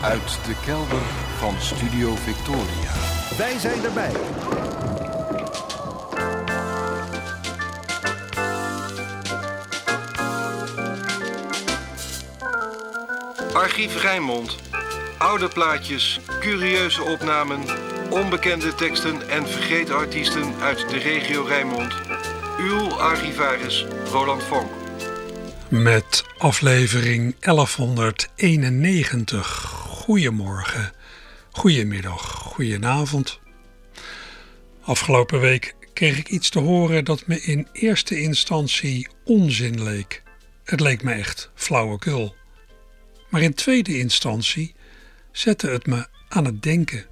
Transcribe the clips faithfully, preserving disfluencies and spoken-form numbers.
Uit de kelder van Studio Victoria. Wij zijn erbij. Archief Rijnmond. Oude plaatjes, curieuze opnamen, onbekende teksten en vergeten artiesten uit de regio Rijnmond. Uw archivaris Roland Vonk. Met aflevering elfhonderdeenennegentig. Goedemorgen, goedemiddag, goedenavond. Afgelopen week kreeg ik iets te horen dat me in eerste instantie onzin leek. Het leek me echt flauwekul. Maar in tweede instantie zette het me aan het denken.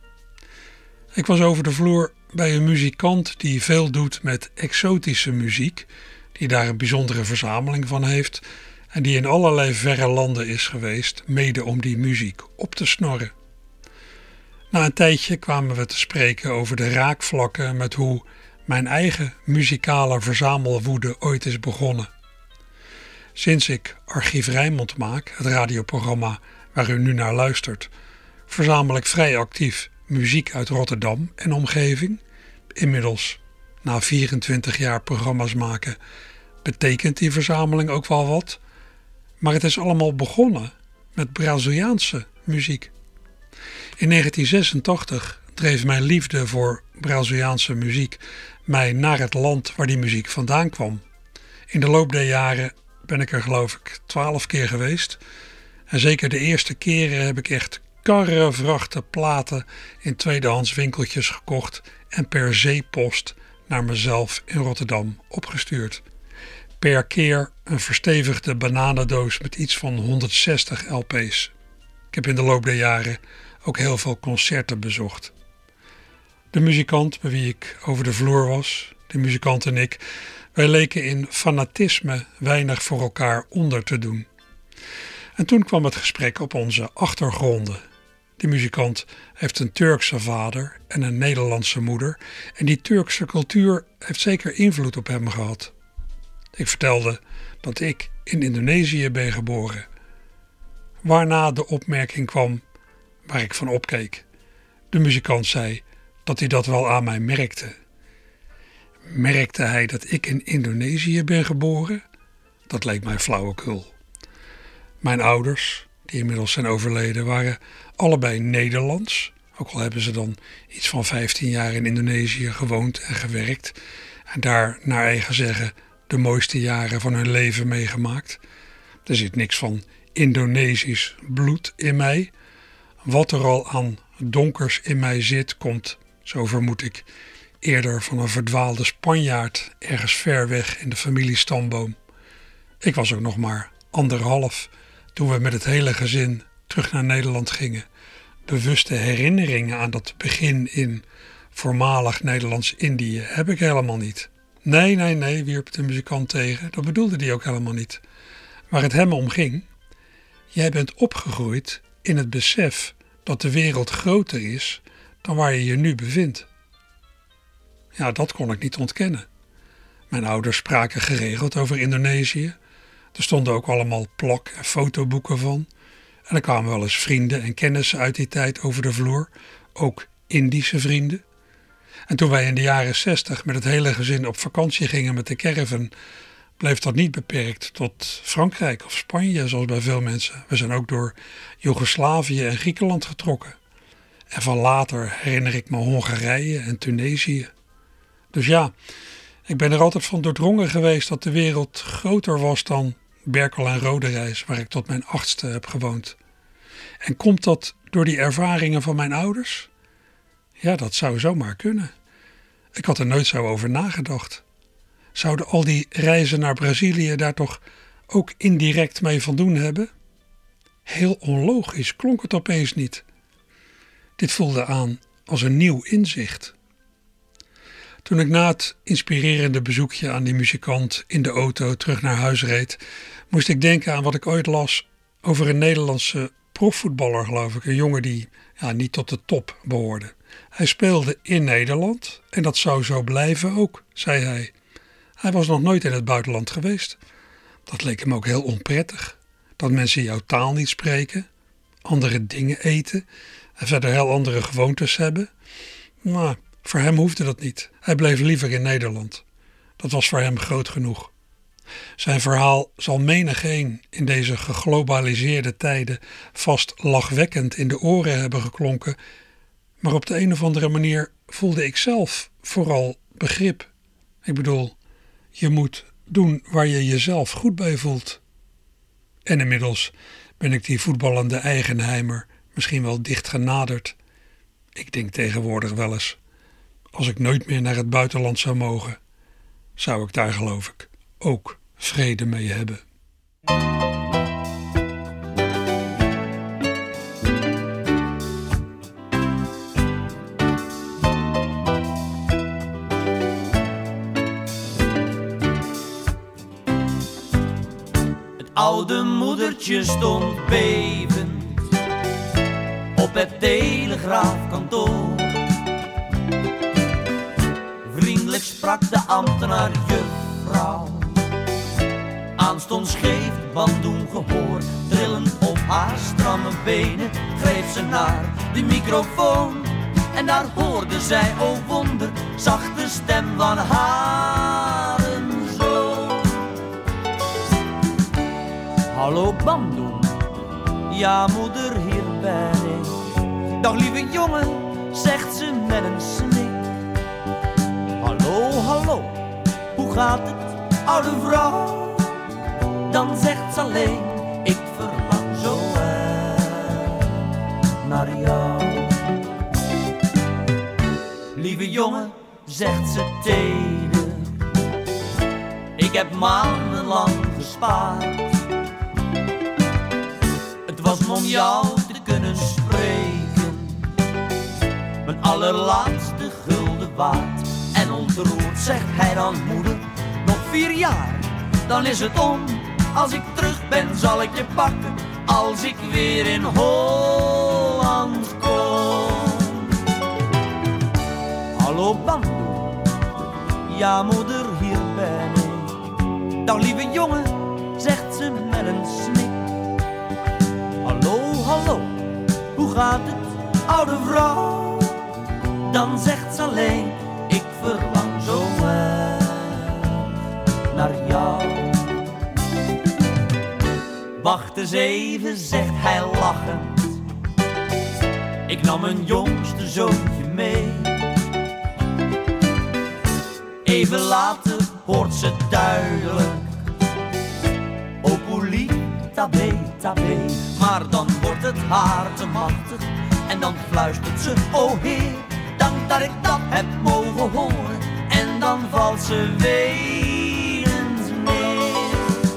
Ik was over de vloer bij een muzikant die veel doet met exotische muziek, die daar een bijzondere verzameling van heeft en die in allerlei verre landen is geweest, mede om die muziek op te snorren. Na een tijdje kwamen we te spreken over de raakvlakken met hoe mijn eigen muzikale verzamelwoede ooit is begonnen. Sinds ik Archief Rijnmond maak, het radioprogramma waar u nu naar luistert, verzamel ik vrij actief muziek uit Rotterdam en omgeving. Inmiddels, na vierentwintig jaar programma's maken, betekent die verzameling ook wel wat. Maar het is allemaal begonnen met Braziliaanse muziek. In negentien zesentachtig dreef mijn liefde voor Braziliaanse muziek mij naar het land waar die muziek vandaan kwam. In de loop der jaren ben ik er geloof ik twaalf keer geweest. En zeker de eerste keren heb ik echt karrevrachten platen in tweedehands winkeltjes gekocht en per zeepost naar mezelf in Rotterdam opgestuurd. Per keer een verstevigde bananendoos met iets van honderdzestig L P's. Ik heb in de loop der jaren ook heel veel concerten bezocht. De muzikant bij wie ik over de vloer was, de muzikant en ik, wij leken in fanatisme weinig voor elkaar onder te doen. En toen kwam het gesprek op onze achtergronden. De muzikant heeft een Turkse vader en een Nederlandse moeder en die Turkse cultuur heeft zeker invloed op hem gehad. Ik vertelde dat ik in Indonesië ben geboren. Waarna de opmerking kwam waar ik van opkeek. De muzikant zei dat hij dat wel aan mij merkte. Merkte hij dat ik in Indonesië ben geboren? Dat leek mij flauwekul. Mijn ouders, die inmiddels zijn overleden, waren allebei Nederlands. Ook al hebben ze dan iets van vijftien jaar in Indonesië gewoond en gewerkt. En daar naar eigen zeggen de mooiste jaren van hun leven meegemaakt. Er zit niks van Indonesisch bloed in mij. Wat er al aan donkers in mij zit, komt, zo vermoed ik, eerder van een verdwaalde Spanjaard ergens ver weg in de familiestamboom. Ik was ook nog maar anderhalf toen we met het hele gezin terug naar Nederland gingen. Bewuste herinneringen aan dat begin in voormalig Nederlands-Indië heb ik helemaal niet. Nee, nee, nee, wierp de muzikant tegen. Dat bedoelde hij ook helemaal niet. Waar het hem om ging, jij bent opgegroeid in het besef dat de wereld groter is dan waar je je nu bevindt. Ja, dat kon ik niet ontkennen. Mijn ouders spraken geregeld over Indonesië. Er stonden ook allemaal plak- en fotoboeken van. En er kwamen wel eens vrienden en kennissen uit die tijd over de vloer. Ook Indische vrienden. En toen wij in de jaren zestig met het hele gezin op vakantie gingen met de caravan, bleef dat niet beperkt tot Frankrijk of Spanje, zoals bij veel mensen. We zijn ook door Joegoslavië en Griekenland getrokken. En van later herinner ik me Hongarije en Tunesië. Dus ja, ik ben er altijd van doordrongen geweest dat de wereld groter was dan Berkel en Roderijs, waar ik tot mijn achtste heb gewoond. En komt dat door die ervaringen van mijn ouders? Ja, dat zou zomaar kunnen. Ik had er nooit zo over nagedacht. Zouden al die reizen naar Brazilië daar toch ook indirect mee van doen hebben? Heel onlogisch klonk het opeens niet. Dit voelde aan als een nieuw inzicht. Toen ik na het inspirerende bezoekje aan die muzikant in de auto terug naar huis reed, moest ik denken aan wat ik ooit las over een Nederlandse profvoetballer, geloof ik. Een jongen die ja, niet tot de top behoorde. Hij speelde in Nederland en dat zou zo blijven ook, zei hij. Hij was nog nooit in het buitenland geweest. Dat leek hem ook heel onprettig, dat mensen jouw taal niet spreken. andere dingen eten en verder heel andere gewoontes hebben. Maar voor hem hoefde dat niet. Hij bleef liever in Nederland. Dat was voor hem groot genoeg. Zijn verhaal zal menigeen in deze geglobaliseerde tijden vast lachwekkend in de oren hebben geklonken, maar op de een of andere manier voelde ik zelf vooral begrip. Ik bedoel, je moet doen waar je jezelf goed bij voelt. En inmiddels ben ik die voetballende Eigenheimer misschien wel dicht genaderd. Ik denk tegenwoordig wel eens, als ik nooit meer naar het buitenland zou mogen, zou ik daar geloof ik ook vrede mee hebben. Het oude moedertje stond bevend op het telegraafkantoor. Vriendelijk sprak de ambtenaar juffrouw. Aanstonds geeft Bandoen gehoor. Trillend op haar stramme benen greep ze naar de microfoon. En daar hoorde zij, o wonder, zachte stem van haar zoon. Hallo Bandoen, ja moeder, hier ben ik. Dag lieve jongen, zegt ze met een snik. Hallo, hallo, hoe gaat het, oude vrouw? Dan zegt ze alleen, ik verlang zo erg naar jou. Lieve jongen, zegt ze teder, ik heb maandenlang gespaard. Het was me om jou te kunnen spreken, mijn allerlaatste gulden waard. En ontroerd zegt hij dan, moeder, nog vier jaar, dan is het om. Als ik terug ben zal ik je pakken, als ik weer in Holland kom. Hallo Bandoen, ja moeder, hier ben ik. Dag lieve jongen, zegt ze met een snik. Hallo, hallo, hoe gaat het, oude vrouw? Dan zegt ze alleen, ik verlang zo erg naar jou. Wacht eens even, zegt hij lachend. Ik nam mijn jongste zoontje mee. Even later hoort ze duidelijk, o poelie, tabé, tabé. Maar dan wordt het haar te machtig en dan fluistert ze, o heer, dank dat ik dat heb mogen horen. En dan valt ze weenend neer.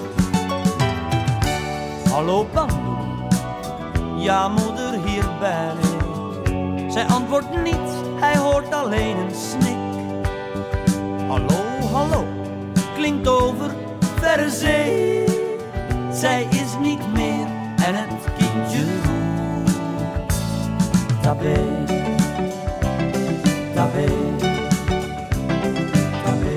Hallo Bandoen, ja moeder, hier ben ik. Zij antwoordt niet, hij hoort alleen een snik. Hallo, hallo, klinkt over verre zee. Zij is niet meer en het kindje roept tabé, tabé, tabé.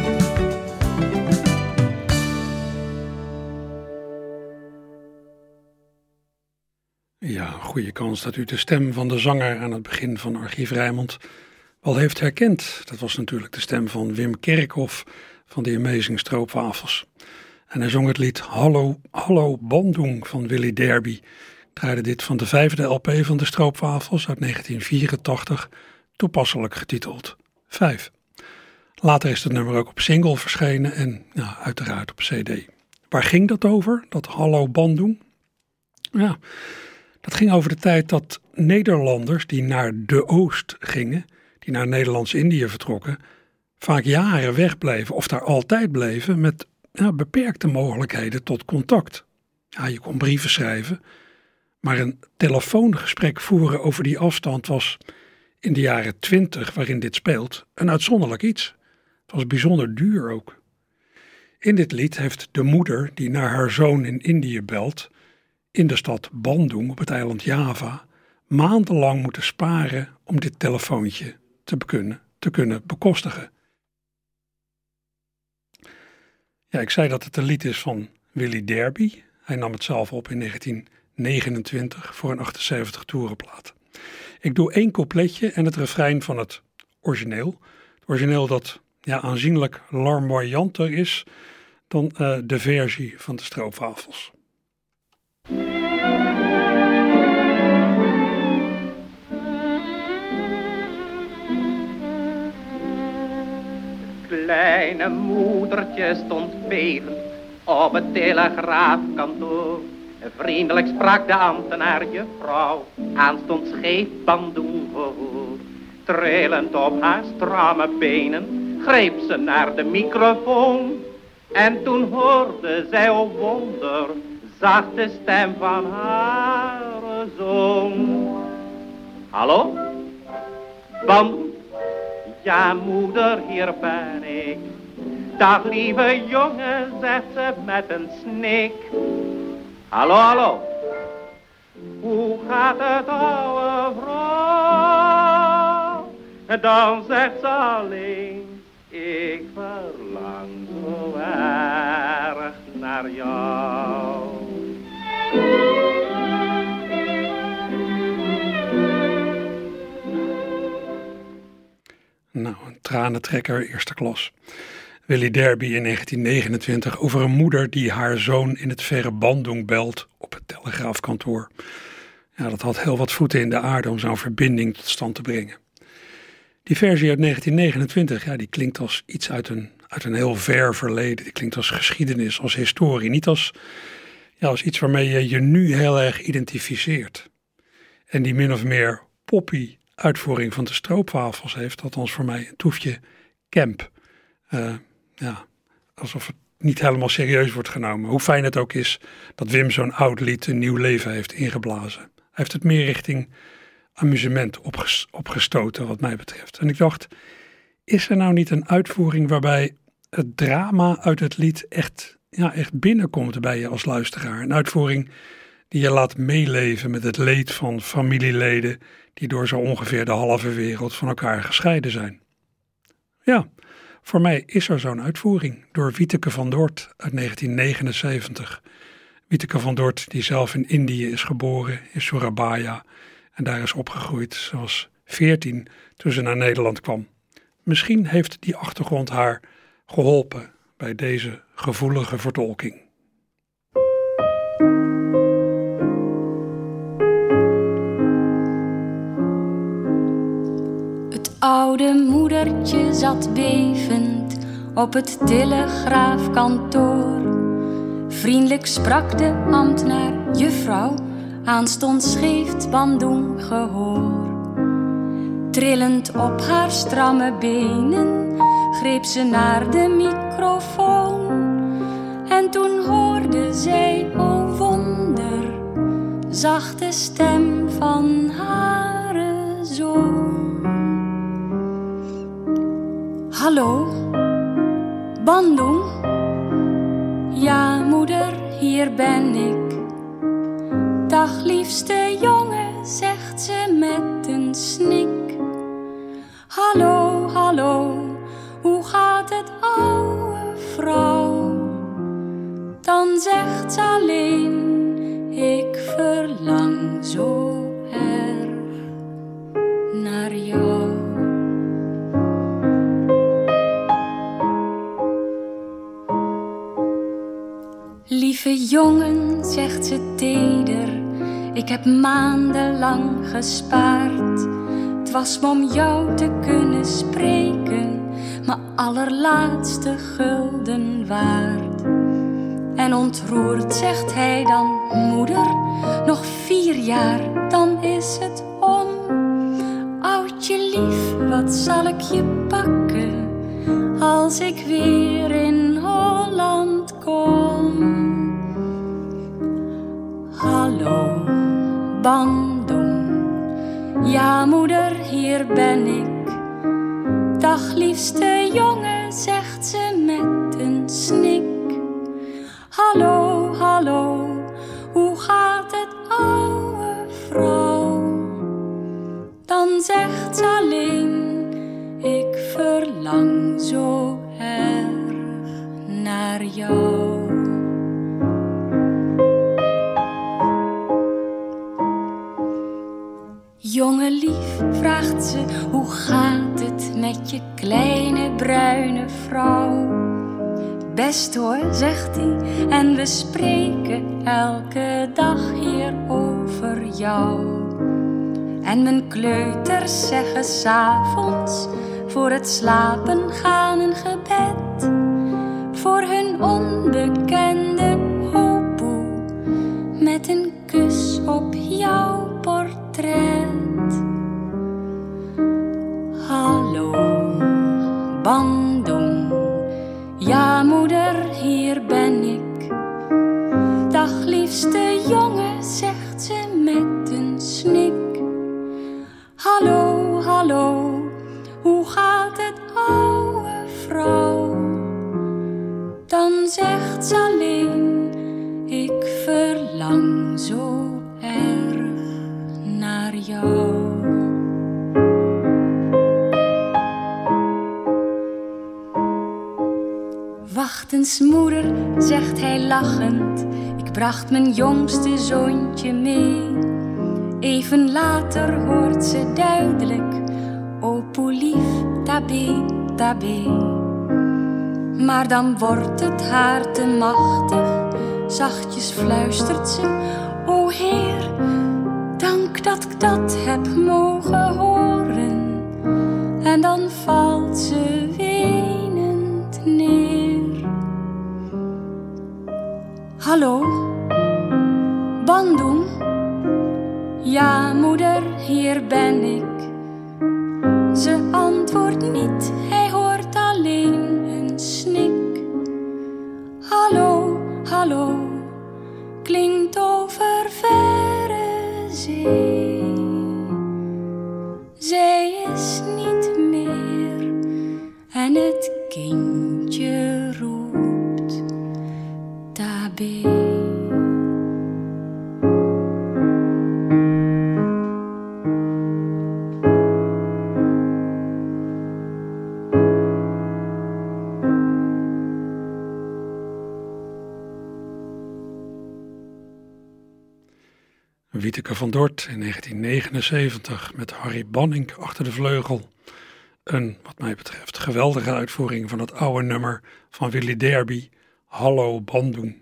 Ja, goede kans dat u de stem van de zanger aan het begin van Archief Rijnmond wel heeft herkend. Dat was natuurlijk de stem van Wim Kerkhoff van de Amazing Stroopwafels. En hij zong het lied Hallo, Hallo Bandoen van Willy Derby. Draaide dit van de vijfde L P van de Stroopwafels uit negentien vierentachtig, toepasselijk getiteld vijf. Later is het nummer ook op single verschenen en nou, uiteraard op cd. Waar ging dat over, dat Hallo Bandoen? Ja, dat ging over de tijd dat Nederlanders die naar de Oost gingen, die naar Nederlands-Indië vertrokken, vaak jaren wegbleven of daar altijd bleven met ja, beperkte mogelijkheden tot contact. Ja, je kon brieven schrijven, maar een telefoongesprek voeren over die afstand was in de jaren twintig, waarin dit speelt, een uitzonderlijk iets. Het was bijzonder duur ook. In dit lied heeft de moeder die naar haar zoon in Indië belt, in de stad Bandung op het eiland Java, maandenlang moeten sparen om dit telefoontje te kunnen, te kunnen bekostigen. Ja, ik zei dat het een lied is van Willy Derby. Hij nam het zelf op in negentien negenentwintig voor een achtenzeventig toerenplaat. Ik doe één coupletje en het refrein van het origineel. Het origineel dat ja, aanzienlijk larmoyanter is dan uh, de versie van de stroopwafels. Kleine moedertje stond bevend op het telegraafkantoor. Vriendelijk sprak de ambtenaar juffrouw, aanstonds geef bandoen gehoor. Trillend op haar stramme benen greep ze naar de microfoon. En toen hoorde zij, o wonder, zacht de stem van haar zoon. Hallo? Bandoen? Ja, moeder, hier ben ik. Dag, lieve jongen, zegt ze met een snik. Hallo, hallo. Hoe gaat het, ouwe vrouw? Dan zegt ze alleen, ik verlang zo erg naar jou. Nou, een tranentrekker eerste klas. Willy Derby in negentien negenentwintig over een moeder die haar zoon in het verre Bandung belt op het telegraafkantoor. Ja, dat had heel wat voeten in de aarde om zo'n verbinding tot stand te brengen. Die versie uit negentien negenentwintig, ja, die klinkt als iets uit een, uit een heel ver verleden. Die klinkt als geschiedenis, als historie, niet als, ja, als iets waarmee je je nu heel erg identificeert. En die min of meer poppy uitvoering van de stroopwafels heeft, althans voor mij, een toefje camp. Uh, ja, alsof het niet helemaal serieus wordt genomen. Hoe fijn het ook is dat Wim zo'n oud lied een nieuw leven heeft ingeblazen. Hij heeft het meer richting amusement opges- opgestoten wat mij betreft. En ik dacht, is er nou niet een uitvoering waarbij het drama uit het lied echt, ja, echt binnenkomt bij je als luisteraar? Een uitvoering die je laat meeleven met het leed van familieleden die door zo ongeveer de halve wereld van elkaar gescheiden zijn. Ja, voor mij is er zo'n uitvoering door Wieteke van Dort uit negentien negenenzeventig. Wieteke van Dort die zelf in Indië is geboren, in Surabaya, en daar is opgegroeid. Ze was veertien toen ze naar Nederland kwam. Misschien heeft die achtergrond haar geholpen bij deze gevoelige vertolking. Het oude moedertje zat bevend op het telegraafkantoor. Vriendelijk sprak de ambtenaar, juffrouw, aanstonds geeft Bandung gehoor. Trillend op haar stramme benen greep ze naar de microfoon. En toen hoorde zij, o wonder, zachte stem van haar zoon. Hallo, Bandung? Ja, moeder, hier ben ik. Dag, liefste jongen, zegt ze met een snik. Hallo, hallo, hoe gaat het, ouwe vrouw? Dan zegt ze alleen, ik verlang zo erg naar jou. Lieve jongen, zegt ze teder, ik heb maandenlang gespaard. Het was me om jou te kunnen spreken, mijn allerlaatste gulden waard. En ontroerd zegt hij dan, moeder, nog vier jaar, dan is het om. Oudje lief, wat zal ik je pakken, als ik weer in Holland kom? Hallo, Bandung. Ja, moeder, hier ben ik. Dag, liefste jongen, zegt ze met een snik. Hallo, hallo, hoe gaat het, ouwe vrouw? Dan zegt ze alleen, ik verlang zo erg naar jou. Jongen lief, vraagt ze, hoe gaat het met je kleine bruine vrouw? Best hoor, zegt hij, en we spreken elke dag hier over jou. En mijn kleuters zeggen 's avonds voor het slapen gaan een gebed voor hun onbekende hopoe met een kus op jouw portret. Hallo, Bandung, ja moeder, hier ben ik. Dag liefste jongen, zegt ze met een snik. Hallo, hallo, hoe gaat het, ouwe vrouw? Dan zegt ze alleen, ik verlang zo erg naar jou. Wacht eens moeder, zegt hij lachend, ik bracht mijn jongste zoontje mee. Even later hoort ze duidelijk, o poelief, tabé, tabé. Maar dan wordt het haar te machtig, zachtjes fluistert ze, o Heer, dank dat ik dat heb mogen horen. En dan valt ze wenend neer. Hallo, Bandung? Ja, moeder, hier ben ik. Ze antwoordt niet, hij hoort alleen een snik. Hallo, hallo, klinkt over verre zee. Zij is niet meer en het kindje roept tabé. Wieteke van Dort in negentien negenenzeventig met Harry Banning achter de vleugel. Een, wat mij betreft, geweldige uitvoering van het oude nummer van Willy Derby, Hallo Bandung.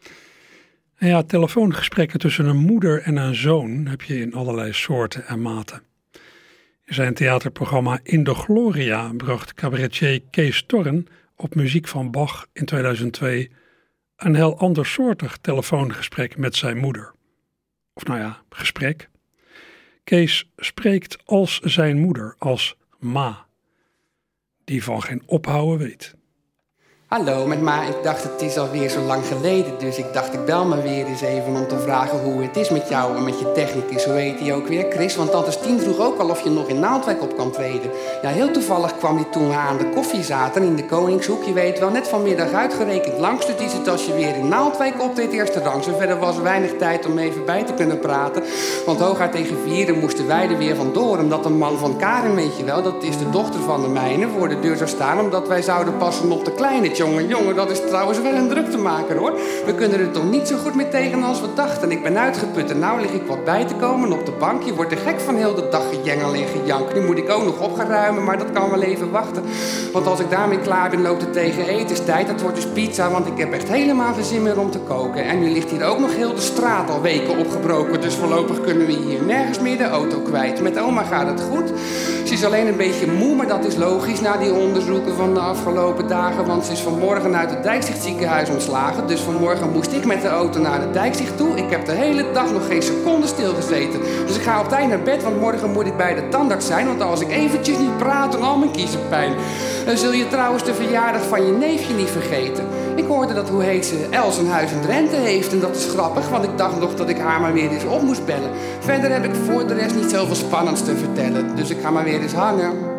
En ja, telefoongesprekken tussen een moeder en een zoon heb je in allerlei soorten en maten. In zijn theaterprogramma In de Gloria bracht cabaretier Kees Torren op muziek van Bach in tweeduizend twee een heel andersoortig telefoongesprek met zijn moeder. Of nou ja, gesprek. Kees spreekt als zijn moeder, als ma, die van geen ophouden weet. Hallo met ma, ik dacht het is alweer zo lang geleden, dus ik dacht ik bel me weer eens even om te vragen hoe het is met jou en met je technicus. Hoe heet die ook weer? Chris, want tante Stien vroeg ook al of je nog in Naaldwijk op kan treden. Ja, heel toevallig kwam die toen we aan de koffie zaten in de Koningshoek, je weet wel, net vanmiddag uitgerekend langs. Dus is het als je weer in Naaldwijk optreedt eerste rang. Zo verder was er weinig tijd om even bij te kunnen praten, want hooguit tegen vieren moesten wij er weer vandoor. Omdat een man van Karin, weet je wel, dat is de dochter van de mijne, voor de deur zou staan omdat wij zouden passen op de kleine. Jongen, jongen, dat is trouwens wel een druktemaker, hoor. We kunnen er toch niet zo goed mee tegen als we dachten. Ik ben uitgeput en nou lig ik wat bij te komen op de bank. Je wordt er gek van heel de dag gejengel en gejank. Nu moet ik ook nog op gaan ruimen, maar dat kan wel even wachten. Want als ik daarmee klaar ben, loopt het tegen etenstijd. Dat wordt dus pizza, want ik heb echt helemaal geen zin meer om te koken. En nu ligt hier ook nog heel de straat al weken opgebroken. Dus voorlopig kunnen we hier nergens meer de auto kwijt. Met oma gaat het goed. Ze is alleen een beetje moe, maar dat is logisch na die onderzoeken van de afgelopen dagen. Want ze is vanmorgen uit het Dijkzichtziekenhuis ontslagen. Dus vanmorgen moest ik met de auto naar de Dijkzicht toe. Ik heb de hele dag nog geen seconde stilgezeten. Dus ik ga op tijd naar bed, want morgen moet ik bij de tandarts zijn. Want als ik eventjes niet praat, dan al mijn kiezen pijn. Dan zul je trouwens de verjaardag van je neefje niet vergeten. Ik hoorde dat, hoe heet ze, Els een huis in Drenthe heeft. En dat is grappig, want ik dacht nog dat ik haar maar weer eens op moest bellen. Verder heb ik voor de rest niet zoveel spannends te vertellen. Dus ik ga maar weer eens hangen.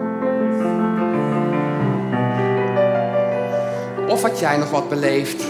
Of had jij nog wat beleefd?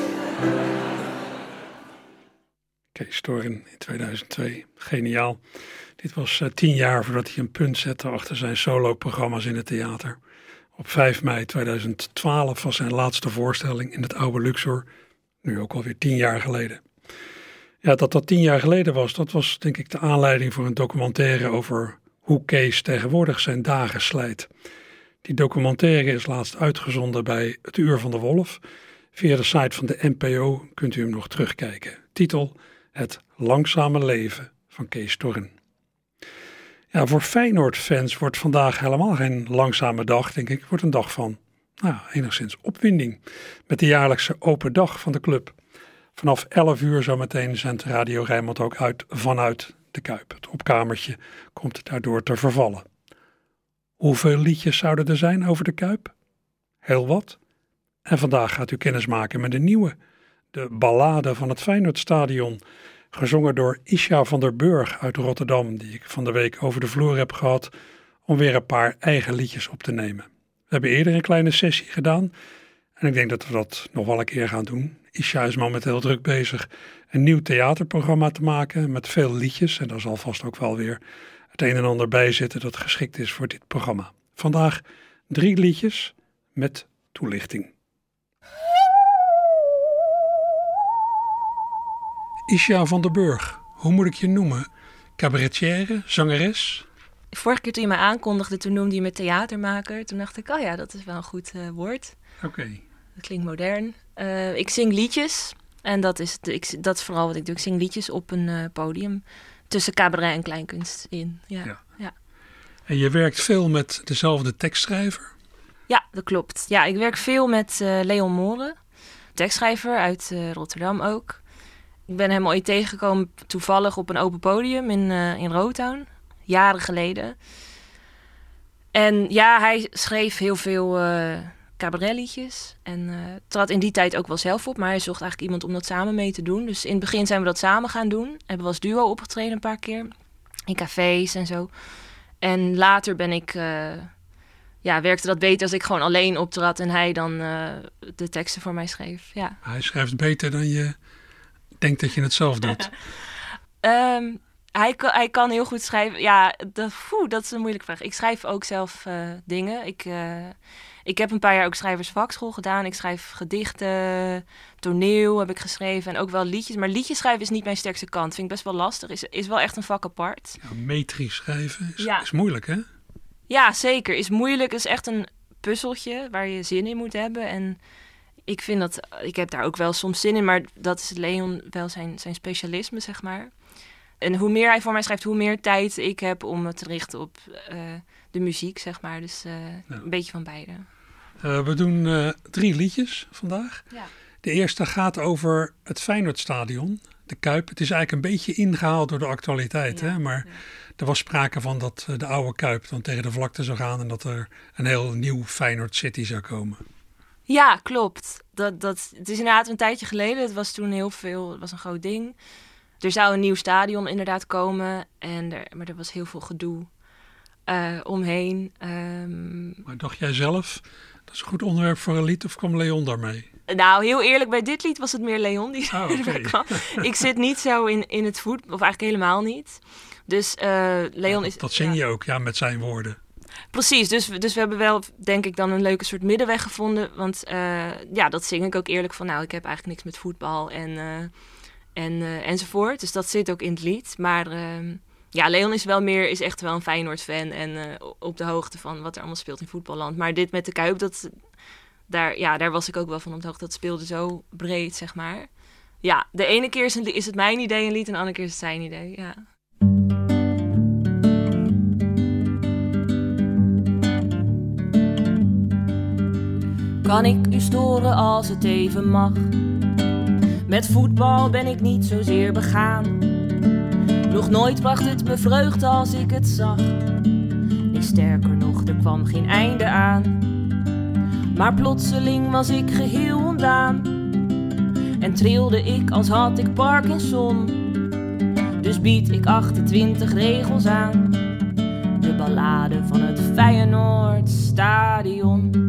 Kees Torren in tweeduizend twee, geniaal. Dit was uh, tien jaar voordat hij een punt zette achter zijn solo-programma's in het theater. Op vijf mei tweeduizend twaalf was zijn laatste voorstelling in het oude Luxor, nu ook alweer tien jaar geleden. Ja, dat dat tien jaar geleden was, dat was denk ik de aanleiding voor een documentaire over hoe Kees tegenwoordig zijn dagen slijt. Die documentaire is laatst uitgezonden bij Het Uur van de Wolf. Via de site van de N P O kunt u hem nog terugkijken. Titel: Het langzame leven van Kees Torren. Ja, voor Feyenoord-fans wordt vandaag helemaal geen langzame dag, denk ik. Het wordt een dag van, nou, enigszins opwinding. Met de jaarlijkse open dag van de club. Vanaf elf uur zometeen zendt Radio Rijnmond ook uit vanuit de Kuip. Het opkamertje komt daardoor te vervallen. Hoeveel liedjes zouden er zijn over de Kuip? Heel wat. En vandaag gaat u kennis maken met een nieuwe. De ballade van het Feyenoordstadion. Gezongen door Isha van der Burg uit Rotterdam. Die ik van de week over de vloer heb gehad om weer een paar eigen liedjes op te nemen. We hebben eerder een kleine sessie gedaan. En ik denk dat we dat nog wel een keer gaan doen. Isha is momenteel druk bezig een nieuw theaterprogramma te maken met veel liedjes. En daar zal vast ook wel weer het een en ander bij zitten dat geschikt is voor dit programma. Vandaag drie liedjes met toelichting. Isha van der Burg, hoe moet ik je noemen? Cabaretière, zangeres? Vorige keer toen je mij aankondigde, toen noemde je me theatermaker. Toen dacht ik, oh ja, dat is wel een goed uh, woord. Oké. Okay. Dat klinkt modern. Uh, ik zing liedjes. En dat is, de, ik, dat is vooral wat ik doe. Ik zing liedjes op een uh, podium. Tussen cabaret en kleinkunst in. Ja. Ja. Ja. En je werkt veel met dezelfde tekstschrijver? Ja, dat klopt. Ja, ik werk veel met uh, Leon Moren. Tekstschrijver uit uh, Rotterdam ook. Ik ben hem ooit tegengekomen toevallig op een open podium in, uh, in Rotown. Jaren geleden. En ja, hij schreef heel veel uh, cabaretliedjes. En uh, trad in die tijd ook wel zelf op. Maar hij zocht eigenlijk iemand om dat samen mee te doen. Dus in het begin zijn we dat samen gaan doen. Hebben we als duo opgetreden een paar keer. In cafés en zo. En later ben ik... Uh, ja, werkte dat beter als ik gewoon alleen optrad. En hij dan uh, de teksten voor mij schreef. Ja. Hij schrijft beter dan je denkt dat je het zelf doet. um, Hij kan, hij kan heel goed schrijven. Ja, dat, poeh, dat is een moeilijke vraag. Ik schrijf ook zelf uh, dingen. Ik, uh, ik heb een paar jaar ook schrijversvakschool gedaan. Ik schrijf gedichten, toneel heb ik geschreven en ook wel liedjes. Maar liedjes schrijven is niet mijn sterkste kant. Vind ik best wel lastig. Is, is wel echt een vak apart. Ja, metrisch schrijven is, ja. is moeilijk, hè? Ja, zeker. Is moeilijk. Is echt een puzzeltje waar je zin in moet hebben. En ik vind dat... Ik heb daar ook wel soms zin in, maar dat is Leon wel zijn, zijn specialisme, zeg maar. En hoe meer hij voor mij schrijft, hoe meer tijd ik heb om me te richten op uh, de muziek, zeg maar. Dus uh, ja. Een beetje van beide. Uh, we doen uh, drie liedjes vandaag. Ja. De eerste gaat over het Feyenoordstadion, de Kuip. Het is eigenlijk een beetje ingehaald door de actualiteit. Ja, hè? Maar ja. Er was sprake van dat uh, de oude Kuip dan tegen de vlakte zou gaan en dat er een heel nieuw Feyenoord City zou komen. Ja, klopt. Dat, dat, het is inderdaad een tijdje geleden. Het was toen heel veel, het was een groot ding. Er zou een nieuw stadion inderdaad komen, en er, maar er was heel veel gedoe uh, omheen. Um... Maar dacht jij zelf, dat is een goed onderwerp voor een lied, of kwam Leon daarmee? Nou, heel eerlijk, bij dit lied was het meer Leon die oh, erbij kwam. Ik zit niet zo in, in het voet, of eigenlijk helemaal niet. Dus uh, Leon ja, is... Dat zing ja. je ook, ja, met zijn woorden. Precies, dus, dus we hebben wel, denk ik, dan een leuke soort middenweg gevonden. Want uh, ja, dat zing ik ook eerlijk van, nou, ik heb eigenlijk niks met voetbal en... Uh, En, uh, enzovoort. Dus dat zit ook in het lied. Maar uh, ja, Leon is wel meer, is echt wel een Feyenoord-fan en uh, op de hoogte van wat er allemaal speelt in voetballand. Maar dit met de Kuip, dat, daar, ja, daar was ik ook wel van op de hoogte. Dat speelde zo breed, zeg maar. Ja, de ene keer is, een, is het mijn idee een lied en de andere keer is het zijn idee, ja. Kan ik u storen als het even mag? Met voetbal ben ik niet zozeer begaan. Nog nooit bracht het me vreugde als ik het zag. Nee, sterker nog, er kwam geen einde aan. Maar plotseling was ik geheel ontdaan. En trilde ik als had ik Parkinson. Dus bied ik achtentwintig regels aan. De ballade van het Feyenoordstadion.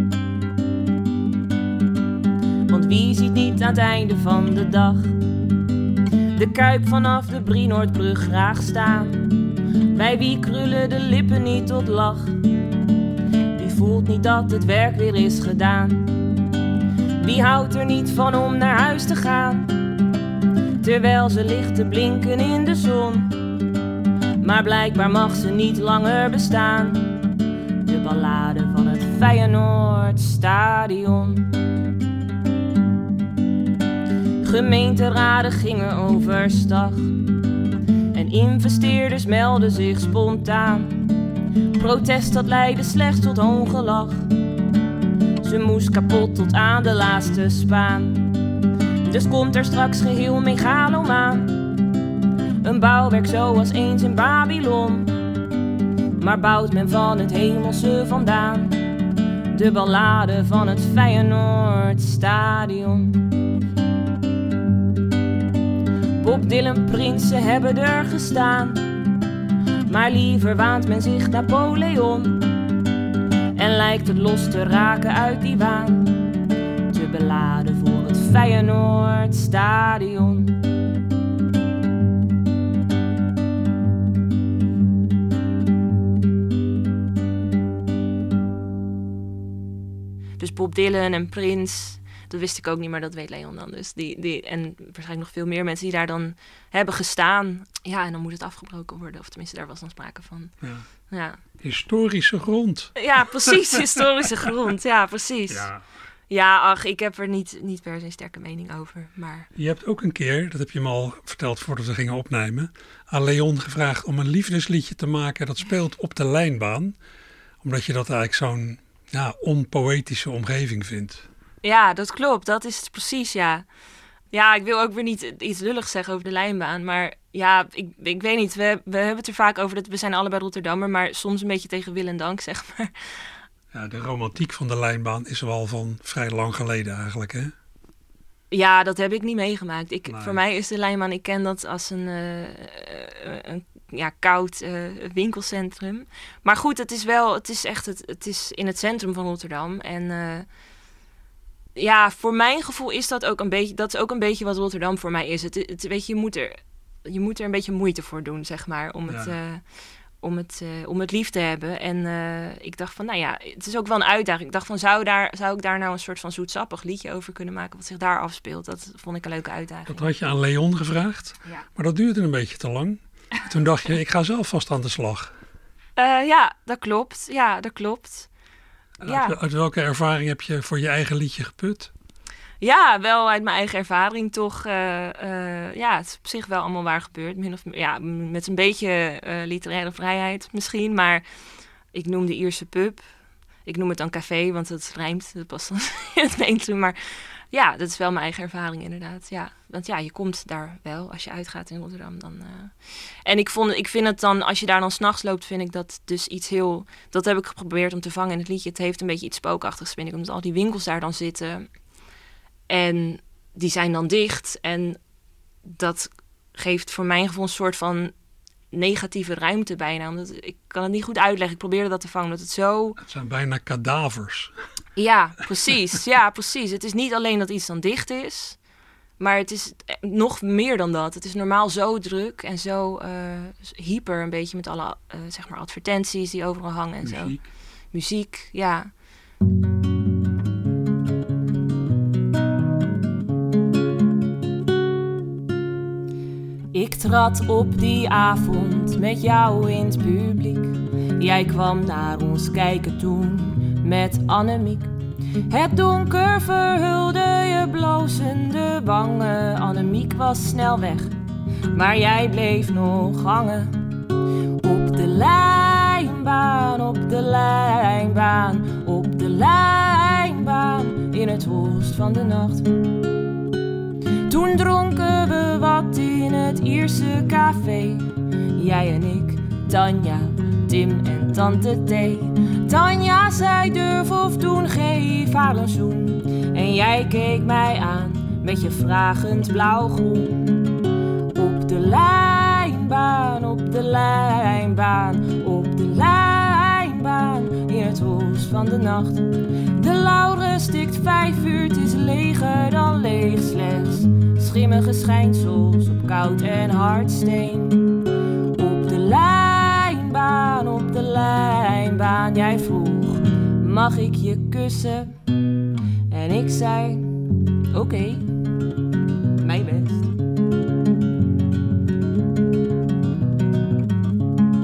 Want wie ziet niet aan het einde van de dag de Kuip vanaf de Brienoordbrug graag staan? Bij wie krullen de lippen niet tot lach? Wie voelt niet dat het werk weer is gedaan? Wie houdt er niet van om naar huis te gaan? Terwijl ze licht te blinken in de zon. maar blijkbaar mag ze niet langer bestaan. De ballade van het Feyenoordstadion. Gemeenteraden gingen overstag en investeerders melden zich spontaan. Protest dat leidde slechts tot hoongelach. Ze moest kapot tot aan de laatste spaan. Dus komt er straks geheel megalomaan. Een bouwwerk zoals eens in Babylon. Maar bouwt men van het hemelse vandaan. De ballade van het Feyenoordstadion. Bob Dylan, Prinsen hebben er gestaan. Maar liever waant men zich Napoleon. En lijkt het los te raken uit die waan. Te beladen voor het Feyenoordstadion. Dus Bob Dylan en Prins, dat wist ik ook niet, maar dat weet Leon dan. Dus die, die, en waarschijnlijk nog veel meer mensen die daar dan hebben gestaan. Ja, en dan moet het afgebroken worden. Of tenminste, daar was dan sprake van. Ja. Ja. Historische grond. Ja, precies. Historische grond. Ja, precies. Ja. Ja, ach, ik heb er niet, niet per se een sterke mening over. Maar... Je hebt ook een keer, dat heb je me al verteld voordat we gingen opnemen, aan Leon gevraagd om een liefdesliedje te maken dat speelt op de lijnbaan. Omdat je dat eigenlijk zo'n ja, onpoëtische omgeving vindt. Ja, dat klopt. Dat is het precies, ja. Ja, ik wil ook weer niet iets lulligs zeggen over de lijnbaan. Maar ja, ik, ik weet niet. We, we hebben het er vaak over dat we zijn allebei Rotterdammer, maar soms een beetje tegen wil en dank, zeg maar. Ja, de romantiek van de lijnbaan is wel van vrij lang geleden eigenlijk, hè? Ja, dat heb ik niet meegemaakt. Ik, Nee. Voor mij is de lijnbaan, ik ken dat als een, uh, een ja, koud uh, winkelcentrum. Maar goed, het is wel, het is echt, het, het is in het centrum van Rotterdam. En uh, ja, voor mijn gevoel is dat ook een beetje, dat is ook een beetje wat Rotterdam voor mij is. Het, het, weet je, je moet er, je moet er een beetje moeite voor doen, zeg maar, om het... Ja. Uh, Om het, uh, om het lief te hebben. En uh, ik dacht van, nou ja, het is ook wel een uitdaging. Ik dacht van, zou, daar, zou ik daar nou een soort van zoetsappig liedje over kunnen maken wat zich daar afspeelt? Dat vond ik een leuke uitdaging. Dat had je aan Leon gevraagd, Ja. maar dat duurde een beetje te lang. En toen dacht je, ik ga zelf vast aan de slag. Uh, ja, dat klopt. Ja, dat klopt. Uit, Ja. uit welke ervaring heb je voor je eigen liedje geput? Ja, wel uit mijn eigen ervaring toch. Uh, uh, ja, het is op zich wel allemaal waar gebeurd. Min of, ja, met een beetje uh, literaire vrijheid misschien. Maar ik noem de Ierse pub. Ik noem het dan café, want het rijmt. Dat past dan in het mainstream. Maar ja, dat is wel mijn eigen ervaring inderdaad. Ja, want ja, je komt daar wel als je uitgaat in Rotterdam. Dan, uh... En ik, vond, ik vind het dan, als je daar dan 's nachts loopt, vind ik dat dus iets heel... Dat heb ik geprobeerd om te vangen in het liedje. Het heeft een beetje iets spookachtigs, vind ik. Omdat al die winkels daar dan zitten... En die zijn dan dicht. En dat geeft voor mijn gevoel een soort van negatieve ruimte bijna. Omdat ik kan het niet goed uitleggen. Ik probeerde dat te vangen. Dat het zo... Het zijn bijna kadavers. Ja, precies. Ja, precies. Het is niet alleen dat iets dan dicht is. Maar het is nog meer dan dat. Het is normaal zo druk en zo uh, hyper. Een beetje met alle uh, zeg maar advertenties die overal hangen en Muziek. zo. Muziek, ja. Ik trad op die avond met jou in het publiek. Jij kwam naar ons kijken toen met Annemiek. Het donker verhulde je blozende wangen. Annemiek was snel weg, maar jij bleef nog hangen. Op de lijnbaan, op de lijnbaan, op de lijnbaan, in het holst van de nacht. Toen dronken we wat in het Ierse café. Jij en ik, Tanja, Tim en tante T. Tanja zei durf of doen, geef haar een zoen. En jij keek mij aan met je vragend blauwgroen. Op de lijnbaan, op de lijnbaan, op de lijnbaan, in het holst van de nacht. De Laurens stikt vijf uur, het is leger dan leeg slechts. Schimmige schijnsels op koud en hard steen. Op de lijnbaan, op de lijnbaan, jij vroeg, mag ik je kussen? En ik zei, oké, okay, mijn best.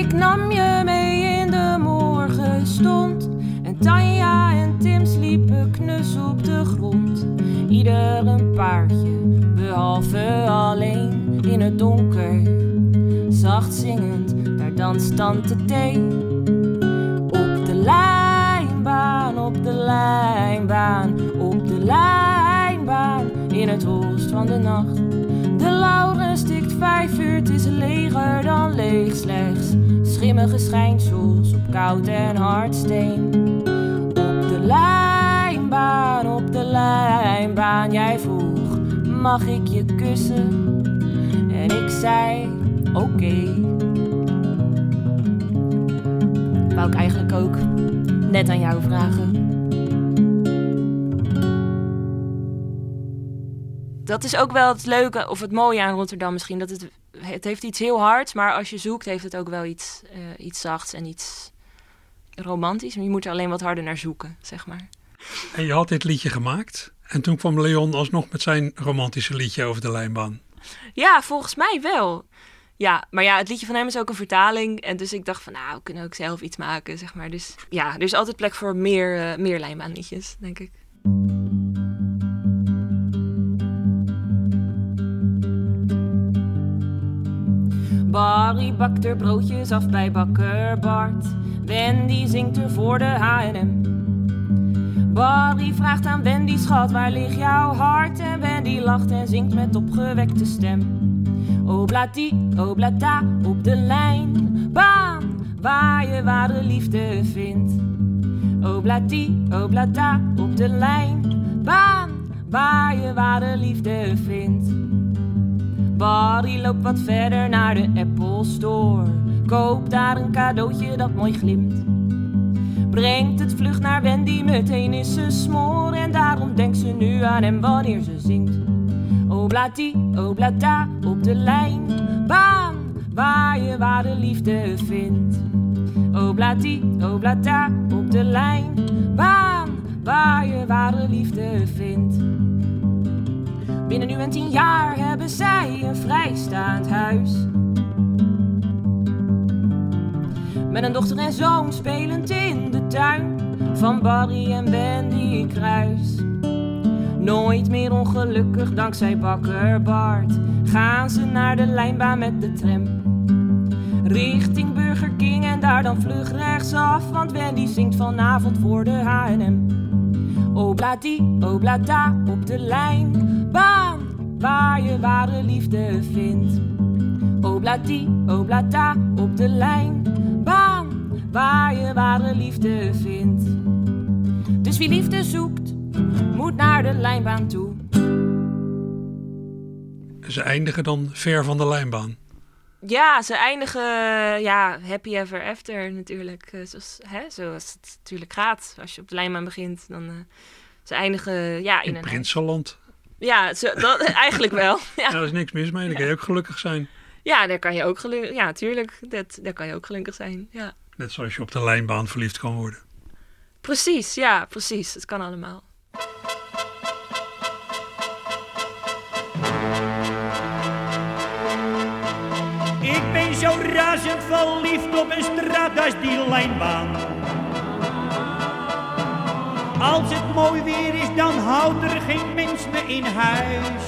Ik nam je mee in de morgenstond. En Tanja en Tim sliepen knus op de grond. Ieder een paardje, behalve alleen in het donker. Zacht zingend, daar danst Tante T. Op de lijnbaan, op de lijnbaan, op de lijnbaan, in het holst van de nacht. De Laurens stikt vijf uur, het is leger dan leeg. Slechts schimmige schijnsels op koud en hard steen. Op de lijnbaan, op de lijnbaan, jij vroeg, mag ik je kussen? En ik zei, oké. Okay. Wou ik eigenlijk ook net aan jou vragen. Dat is ook wel het leuke of het mooie aan Rotterdam misschien. Dat het, het heeft iets heel hards, maar als je zoekt heeft het ook wel iets, uh, iets zachts en iets romantisch. Maar je moet er alleen wat harder naar zoeken, zeg maar. En je had dit liedje gemaakt en toen kwam Leon alsnog met zijn romantische liedje over de lijnbaan. Ja, volgens mij wel. Ja, maar ja, het liedje van hem is ook een vertaling. En dus ik dacht van, nou, we kunnen ook zelf iets maken, zeg maar. Dus ja, er is altijd plek voor meer, uh, meer lijnbaanliedjes, denk ik. Barry bakt er broodjes af bij bakker Bart. Wendy zingt er voor de H en M. Barry vraagt aan Wendy, schat, waar ligt jouw hart? En Wendy lacht en zingt met opgewekte stem. Oblati, oblata, op de lijnbaan, waar je ware liefde vindt. Oblati, oblata, op de lijnbaan, waar je ware liefde vindt. Barry loopt wat verder naar de Apple Store. Koopt daar een cadeautje dat mooi glimt. Brengt het vlug naar Wendy, meteen is ze smoor. En daarom denkt ze nu aan hem wanneer ze zingt. Oblati, oblata, op de lijnbaan, waar je ware liefde vindt. Oblati, oblata, op de lijnbaan, waar je ware liefde vindt. Binnen nu en tien jaar hebben zij een vrijstaand huis. Met een dochter en zoon spelend in de tuin van Barry en Wendy Kruis. Nooit meer ongelukkig dankzij bakker Bart gaan ze naar de lijnbaan met de tram. Richting Burger King en daar dan vlug rechtsaf, want Wendy zingt vanavond voor de H en M. Oblati, oblata, op de lijnbaan, waar je ware liefde vindt. Oblati, oblata, op de lijnbaan, waar je ware liefde vindt. Dus wie liefde zoekt, moet naar de lijnbaan toe. Ze eindigen dan ver van de lijnbaan. Ja, ze eindigen, ja, happy ever after natuurlijk. Zoals, hè, zoals het natuurlijk gaat. Als je op de lijnbaan begint, dan uh, ze eindigen ja, in, in een... Prinsenland. Ja, zo, dat, eigenlijk wel. Ja. Ja, daar is niks mis mee, dan kan je ook gelukkig zijn. Ja, daar kan je ook gelukkig, ja, tuurlijk. Dat, daar kan je ook gelukkig zijn, ja. Net zoals je op de lijnbaan verliefd kan worden. Precies, ja, precies. Het kan allemaal. Ik ben zo razend verliefd op een straat als die lijnbaan. Als het mooi weer is, dan houdt er geen mens me in huis.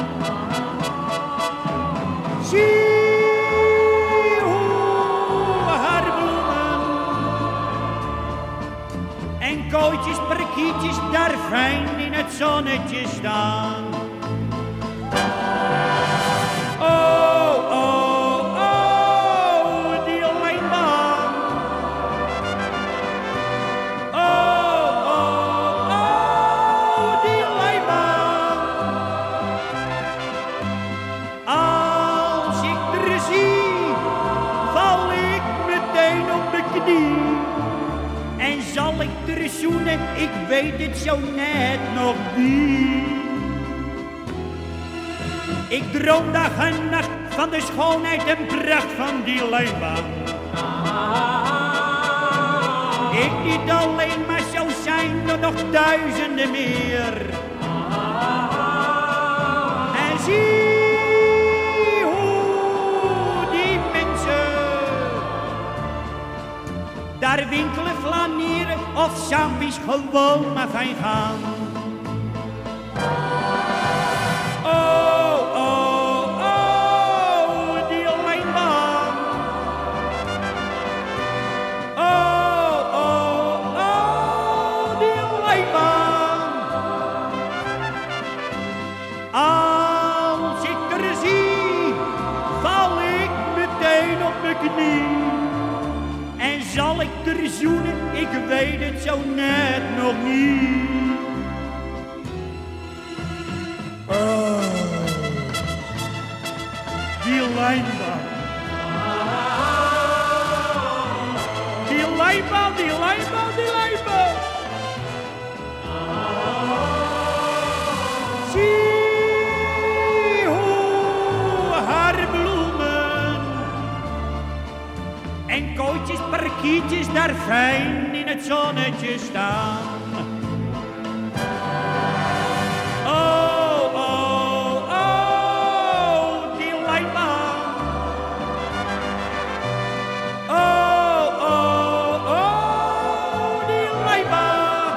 Zie hoe haar bloemen en kooitjes, parkietjes daar fijn in het zonnetje staan. Oh, oh, oh, die lijnbaan. Oh, oh, oh, die lijnbaan. Als ik er zie, val ik meteen op mijn knie. En zal ik er zoenen, ik weet het zo net nog wie. Ik droom dag en nacht van de schoonheid en pracht van die lijnbaan. Ik niet alleen, maar zo zijn er nog duizenden meer. En zie hoe die mensen naar winkelen flaneren of champies gewoon maar fijn gaan. Oh, oh, oh, die lijnbaan. Oh, oh, oh, die lijnbaan. Als ik er zie, val ik meteen op mijn knie. En zal ik er zoenen, ik weet het zo net nog niet. Oh, die lijnbaan. Die lijnbaan, die lijnbaan, die lijnbaan. Zie hoe haar bloemen en kootjes, parkietjes daar fijn in het zonnetje staan. Oh, oh, oh, die lijnbaan. Oh, oh, oh, die lijnbaan.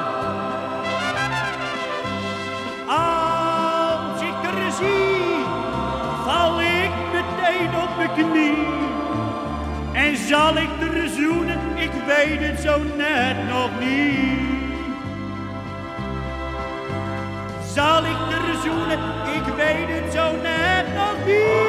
Als ik er zie, val ik meteen op mijn knie. En zal ik er zoenen, ik weet het zo net nog niet. Zal ik er zoenen, ik weet het zo net nog niet.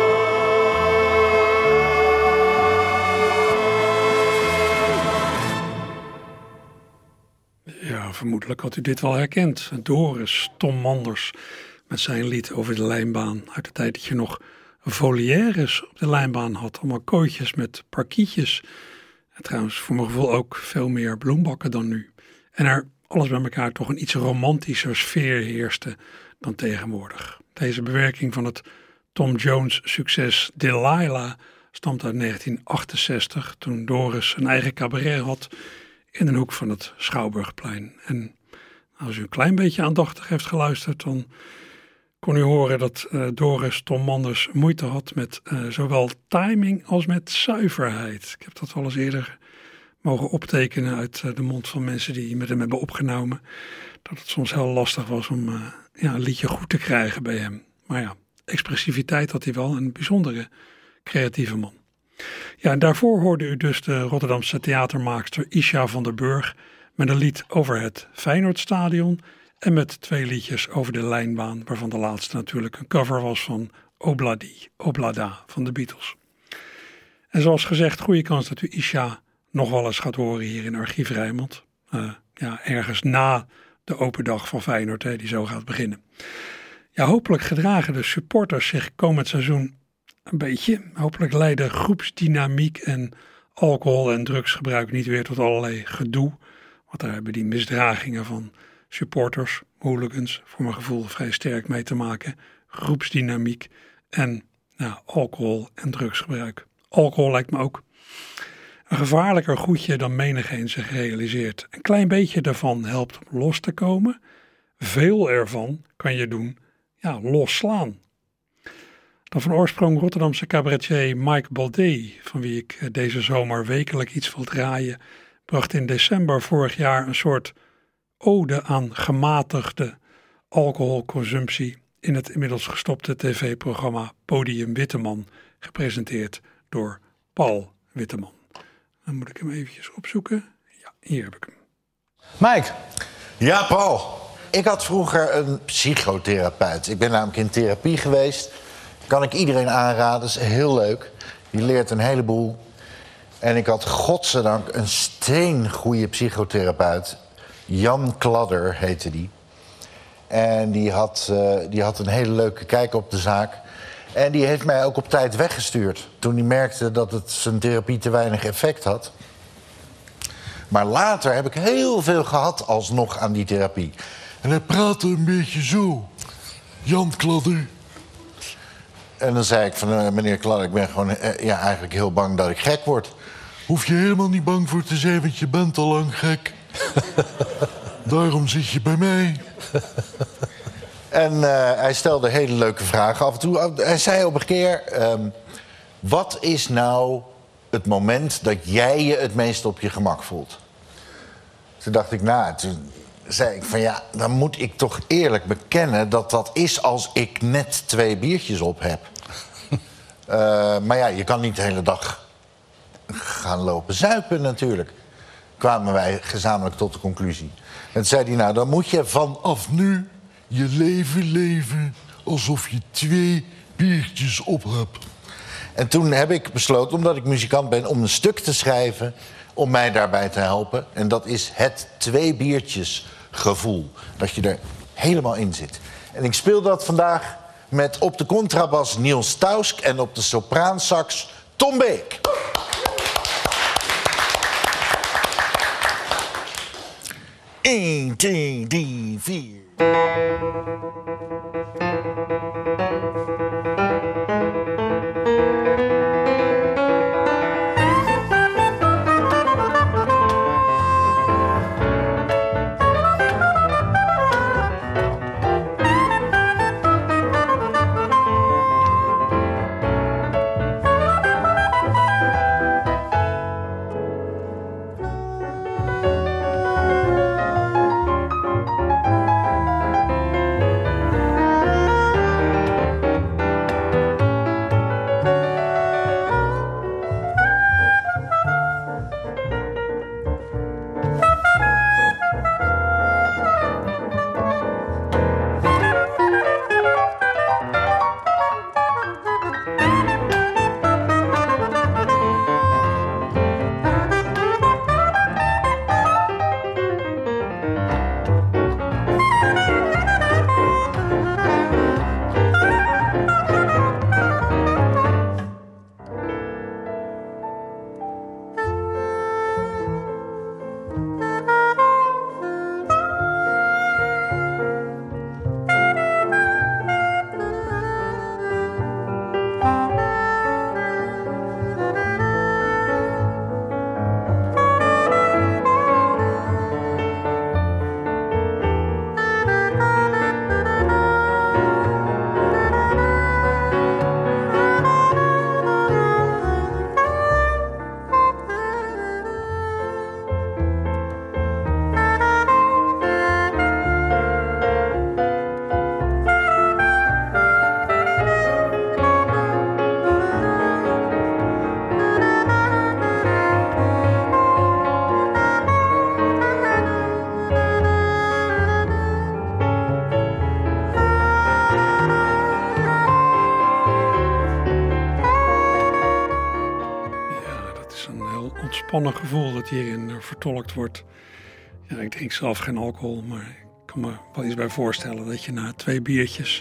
Ja, vermoedelijk had u dit wel herkend. Doris, Tom Manders, met zijn lied over de lijnbaan uit de tijd dat je nog volières op de lijnbaan had. Allemaal kooitjes met parkietjes. En trouwens, voor mijn gevoel ook veel meer bloembakken dan nu. En er alles bij elkaar toch een iets romantischer sfeer heerste dan tegenwoordig. Deze bewerking van het Tom Jones succes Delilah stamt uit negentien achtenzestig, toen Doris een eigen cabaret had in een hoek van het Schouwburgplein. En als u een klein beetje aandachtig heeft geluisterd, dan kon u horen dat uh, Doris Tom Manders moeite had met uh, zowel timing als met zuiverheid. Ik heb dat wel eens eerder mogen optekenen uit uh, de mond van mensen die met hem hebben opgenomen. Dat het soms heel lastig was om uh, ja, een liedje goed te krijgen bij hem. Maar ja, expressiviteit had hij wel, een bijzondere creatieve man. Ja, en daarvoor hoorde u dus de Rotterdamse theatermaakster Isha van der Burg met een lied over het Feyenoordstadion en met twee liedjes over de lijnbaan, waarvan de laatste natuurlijk een cover was van Obladi, Oblada van de Beatles. En zoals gezegd, goede kans dat u Isha nog wel eens gaat horen hier in Archief Rijnmond. Uh, ja, ergens na de open dag van Feyenoord, hè, die zo gaat beginnen. Ja, hopelijk gedragen de supporters zich komend seizoen een beetje. Hopelijk leiden groepsdynamiek en alcohol- en drugsgebruik niet weer tot allerlei gedoe. Want daar hebben die misdragingen van supporters, hooligans, voor mijn gevoel vrij sterk mee te maken. Groepsdynamiek en nou, alcohol- en drugsgebruik. Alcohol lijkt me ook een gevaarlijker goedje dan menigeen zich realiseert. Een klein beetje daarvan helpt om los te komen. Veel ervan kan je doen, ja, losslaan. Dan van oorsprong Rotterdamse cabaretier Mike Baldé, van wie ik deze zomer wekelijk iets wil draaien, bracht in december vorig jaar een soort ode aan gematigde alcoholconsumptie in het inmiddels gestopte tv-programma Podium Witteman, gepresenteerd door Paul Witteman. Dan moet ik hem eventjes opzoeken. Ja, hier heb ik hem. Mike. Ja, Paul. Ik had vroeger een psychotherapeut. Ik ben namelijk in therapie geweest. Kan ik iedereen aanraden, is heel leuk. Je leert een heleboel. En ik had godzijdank een steengoeie psychotherapeut. Jan Kladder heette die. En die had, uh, die had een hele leuke kijk op de zaak. En die heeft mij ook op tijd weggestuurd. Toen hij merkte dat het zijn therapie te weinig effect had. Maar later heb ik heel veel gehad alsnog aan die therapie. En hij praatte een beetje zo. Jan Kladder. En dan zei ik van, uh, meneer Kladder, ik ben gewoon uh, ja, eigenlijk heel bang dat ik gek word. Hoef je helemaal niet bang voor te zijn, want je bent al lang gek. Daarom zit je bij mij. En uh, hij stelde hele leuke vragen af en toe. Hij zei op een keer, um, wat is nou het moment dat jij je het meest op je gemak voelt? Toen dacht ik, nou, toen zei ik van ja, dan moet ik toch eerlijk bekennen dat dat is als ik net twee biertjes op heb. uh, maar ja, je kan niet de hele dag gaan lopen zuipen natuurlijk. Kwamen wij gezamenlijk tot de conclusie. En toen zei hij, nou, dan moet je vanaf nu je leven leven alsof je twee biertjes op hebt. En toen heb ik besloten, omdat ik muzikant ben, om een stuk te schrijven om mij daarbij te helpen. En dat is het twee biertjes gevoel. Dat je er helemaal in zit. En ik speel dat vandaag met op de contrabas Niels Tausk en op de sopraansax Tom Beek. één, twee, drie, vier. Ontspannen gevoel dat hierin vertolkt wordt. Ja, ik drink zelf geen alcohol, maar ik kan me wel iets bij voorstellen dat je na twee biertjes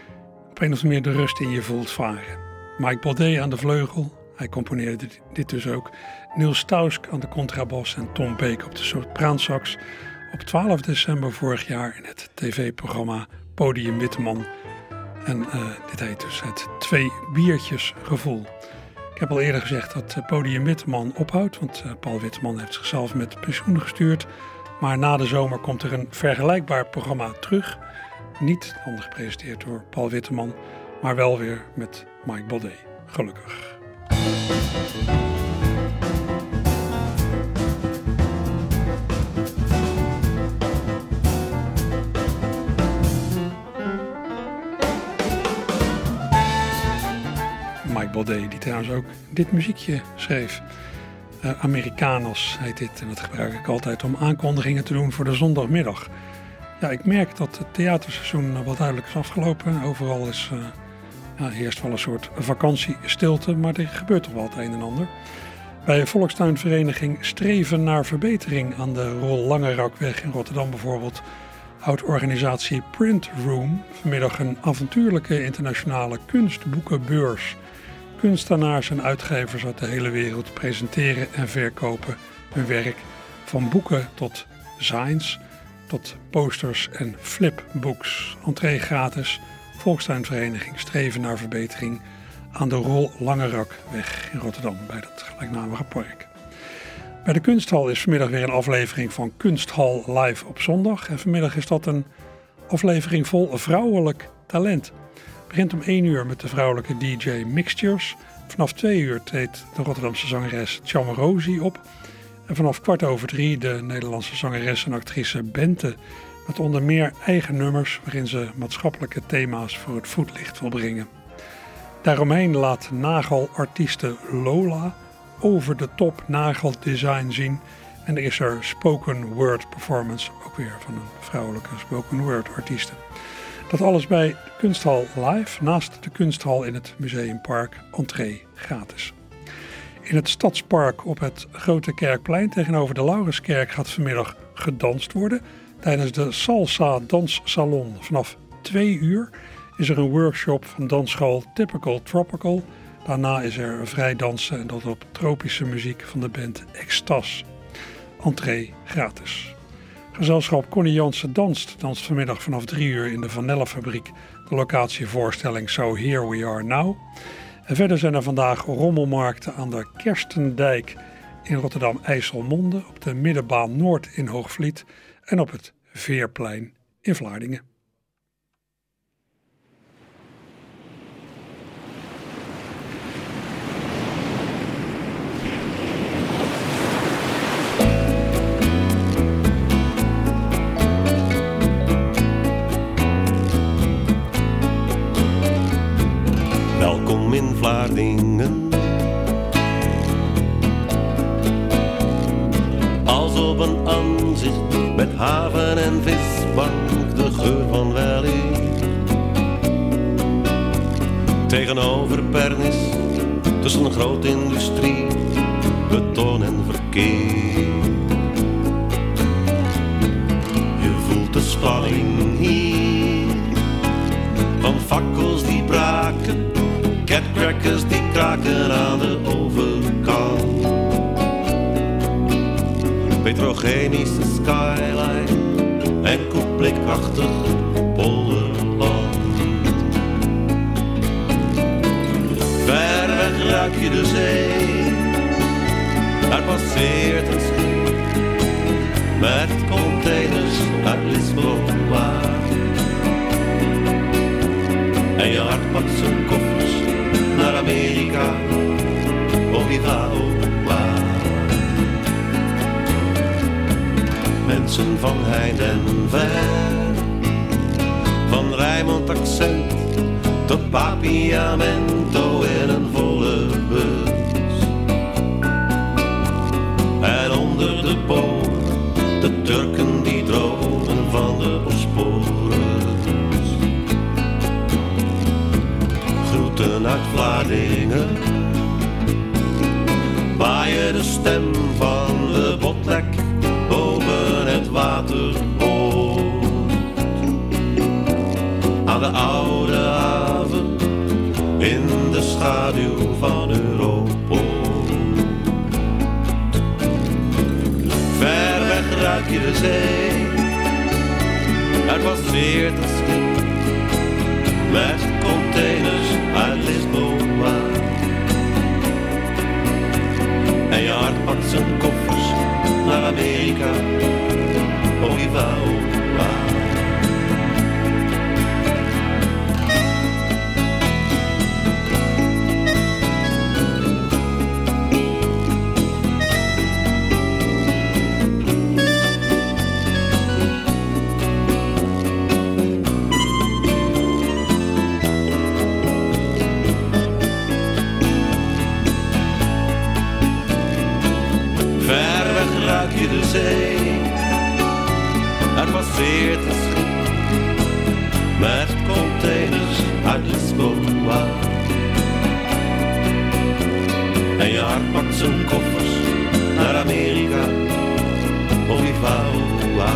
op een of andere manier de rust in je voelt varen. Mike Baudet aan de vleugel, hij componeerde dit, dit dus ook. Niels Tausk aan de contrabas en Tom Beek op de sopraansax. Op twaalf december vorig jaar in het tv-programma Podium Witteman. En uh, dit heet dus het twee biertjes gevoel. Ik heb al eerder gezegd dat Podium Witteman ophoudt, want Paul Witteman heeft zichzelf met pensioen gestuurd. Maar na de zomer komt er een vergelijkbaar programma terug. Niet anders gepresenteerd door Paul Witteman, maar wel weer met Mike Baudet. Gelukkig. Mike Baudet, die trouwens ook dit muziekje schreef. Uh, Americanos heet dit en dat gebruik ik altijd om aankondigingen te doen voor de zondagmiddag. Ja, ik merk dat het theaterseizoen wel duidelijk is afgelopen. Overal is, uh, ja, heerst wel een soort vakantiestilte, maar er gebeurt toch wel het een en ander. Bij Volkstuinvereniging Streven naar Verbetering aan de Rol Langerakweg in Rotterdam bijvoorbeeld houdt organisatie Print Room vanmiddag een avontuurlijke internationale kunstboekenbeurs. Kunstenaars en uitgevers uit de hele wereld presenteren en verkopen hun werk, van boeken tot zines, tot posters en flipbooks. Entree gratis, Volkstuinvereniging Streven naar Verbetering aan de Rol Langerakweg in Rotterdam bij dat gelijknamige park. Bij de Kunsthal is vanmiddag weer een aflevering van Kunsthal Live op zondag. En vanmiddag is dat een aflevering vol vrouwelijk talent. Het begint om één uur met de vrouwelijke D J Mixtures. Vanaf twee uur treedt de Rotterdamse zangeres Chamrosi op. En vanaf kwart over drie de Nederlandse zangeres en actrice Bente met onder meer eigen nummers waarin ze maatschappelijke thema's voor het voetlicht wil brengen. Daaromheen laat nagelartieste Lola over de top nageldesign zien en er is er spoken word performance, ook weer van een vrouwelijke spoken word artieste. Dat alles bij de Kunsthal Live, naast de Kunsthal in het Museumpark, entree gratis. In het Stadspark op het Grote Kerkplein tegenover de Laurenskerk gaat vanmiddag gedanst worden. Tijdens de Salsa Danssalon vanaf twee uur is er een workshop van dansschool Typical Tropical. Daarna is er vrij dansen en dat op tropische muziek van de band Extas. Entree gratis. Gezelschap Connie Jansen Danst danst vanmiddag vanaf drie uur in de Vanellenfabriek. De locatievoorstelling So Here We Are Now. En verder zijn er vandaag rommelmarkten aan de Kerstendijk in Rotterdam-IJsselmonde, op de Middenbaan Noord in Hoogvliet en op het Veerplein in Vlaardingen. Welkom in Vlaardingen, als op een aanzicht met haven en visbank, de geur van weleer. Tegenover Pernis, tussen grote industrie, beton en verkeer. Je voelt de spanning hier, van fakkels die braken, catcrackers die kraken aan de overkant. Petrochemische skyline en koeplikachtig polderland. Ver weg ruik je de zee, daar passeert een schip met containers uit Lisboa. En je hart pakt zijn koffers naar Amerika, Oviva-Oa. Mensen van heinde en ver, van Rijnmond accent tot Papiamento in een volle bus. En onder de bomen, de Turken die dromen van de Bosporus. Groeten uit Vlaardingen, waar je de stem van de Botlek boven het water hoort. Aan de oude haven, in de schaduw van Europoort. Ver weg ruik je de zee, er passeert een schip met containers uit Lisboa. En je hart pakt zijn koffers naar Amerika, Oviva-Oa. Je de zee, er passeert een schip met containers uit Lisboa. En je hart pakt zijn koffers naar Amerika, Oviva-Oa.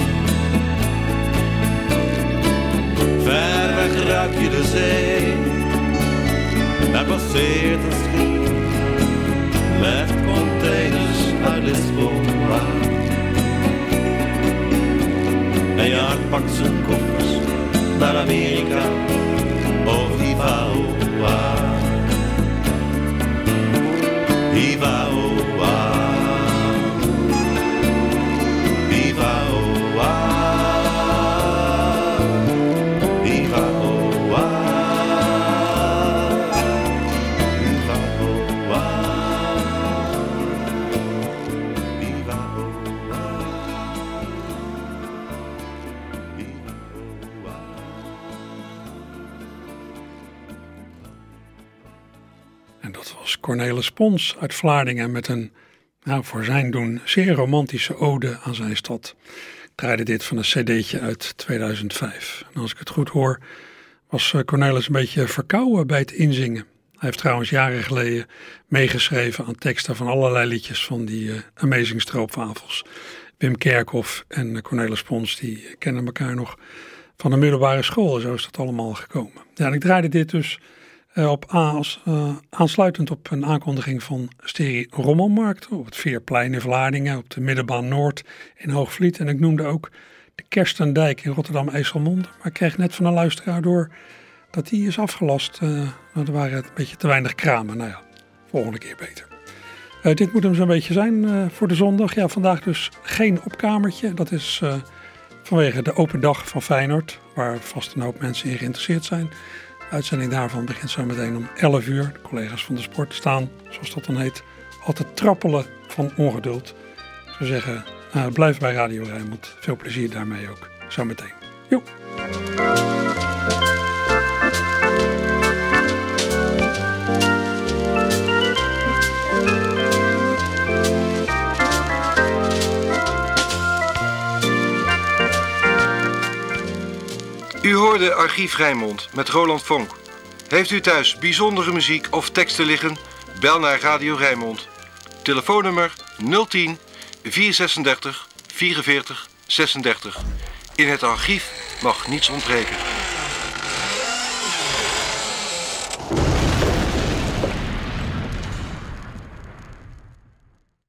Ver weg ruik je de zee, er passeert een schip met containers uit Lisboa. En je hart pakt zijn koffers naar Amerika, Oviva-Oa. Iva-Oa. Iva-Oa. Iva-Oa. Iva-Oa. was Cornelis Pons uit Vlaardingen met een, nou, voor zijn doen, zeer romantische ode aan zijn stad. Ik draaide dit van een cd'tje uit tweeduizend vijf. En als ik het goed hoor, was Cornelis een beetje verkouden bij het inzingen. Hij heeft trouwens jaren geleden meegeschreven aan teksten van allerlei liedjes van die uh, Amazing Stroopwafels. Wim Kerkhoff en Cornelis Pons, die kennen elkaar nog van de middelbare school. Zo is dat allemaal gekomen. Ja, en ik draaide dit dus uh, op als, uh, aansluitend op een aankondiging van Stereo Rommelmarkt op het Veerplein in Vlaardingen, op de Middenbaan Noord in Hoogvliet. En ik noemde ook de Kerstendijk in Rotterdam-IJsselmonde. Maar ik kreeg net van een luisteraar door dat die is afgelast. Uh, er waren een beetje te weinig kramen. Nou ja, volgende keer beter. Uh, dit moet hem zo'n beetje zijn uh, voor de zondag. Ja, vandaag dus geen opkamertje. Dat is uh, vanwege de open dag van Feyenoord, waar vast een hoop mensen in geïnteresseerd zijn. De uitzending daarvan begint zo meteen om elf uur. De collega's van de sport staan, zoals dat dan heet, altijd trappelen van ongeduld. Ik zou zeggen, uh, blijf bij Radio Rijnmond. Veel plezier daarmee ook. Zo meteen. Jo. U hoorde Archief Rijnmond met Roland Vonk. Heeft u thuis bijzondere muziek of teksten liggen? Bel naar Radio Rijnmond. Telefoonnummer nul tien, vierhonderdzesendertig, vierenveertig, zesendertig. In het archief mag niets ontbreken.